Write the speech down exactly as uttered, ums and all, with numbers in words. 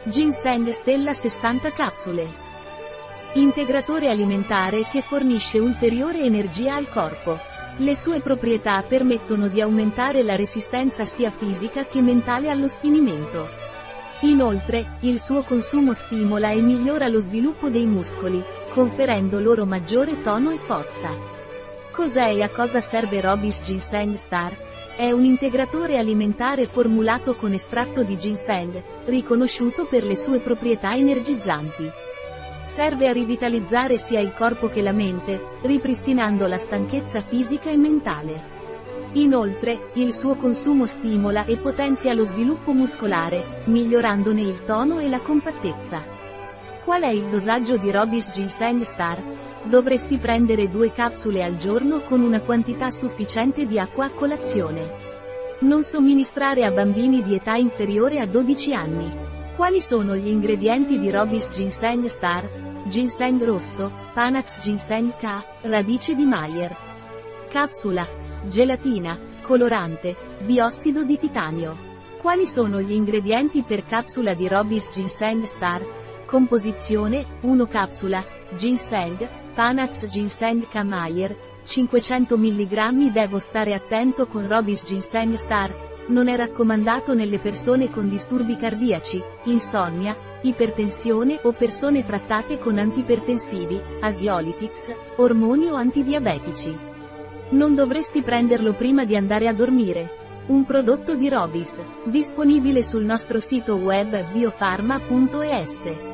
Ginseng Stella sessanta capsule. Integratore alimentare che fornisce ulteriore energia al corpo. Le sue proprietà permettono di aumentare la resistenza sia fisica che mentale allo sfinimento. Inoltre, il suo consumo stimola e migliora lo sviluppo dei muscoli, conferendo loro maggiore tono e forza. Cos'è e a cosa serve Robis Ginseng Star? È un integratore alimentare formulato con estratto di ginseng, riconosciuto per le sue proprietà energizzanti. Serve a rivitalizzare sia il corpo che la mente, ripristinando la stanchezza fisica e mentale. Inoltre, il suo consumo stimola e potenzia lo sviluppo muscolare, migliorandone il tono e la compattezza. Qual è il dosaggio di Robis Ginseng Star? Dovresti prendere due capsule al giorno con una quantità sufficiente di acqua a colazione. Non somministrare a bambini di età inferiore a dodici anni. Quali sono gli ingredienti di Robis Ginseng Star? Ginseng rosso, Panax Ginseng K, radice di Mayer. Capsula. Gelatina, colorante, biossido di titanio. Quali sono gli ingredienti per capsula di Robis Ginseng Star? Composizione, uno capsula, ginseng, Panax Ginseng K Mayer, cinquecento milligrammi. Devo stare attento con Robis Ginseng Star, non è raccomandato nelle persone con disturbi cardiaci, insonnia, ipertensione o persone trattate con antipertensivi, ansiolitics, ormoni o antidiabetici. Non dovresti prenderlo prima di andare a dormire. Un prodotto di Robis, disponibile sul nostro sito web biofarma punto es.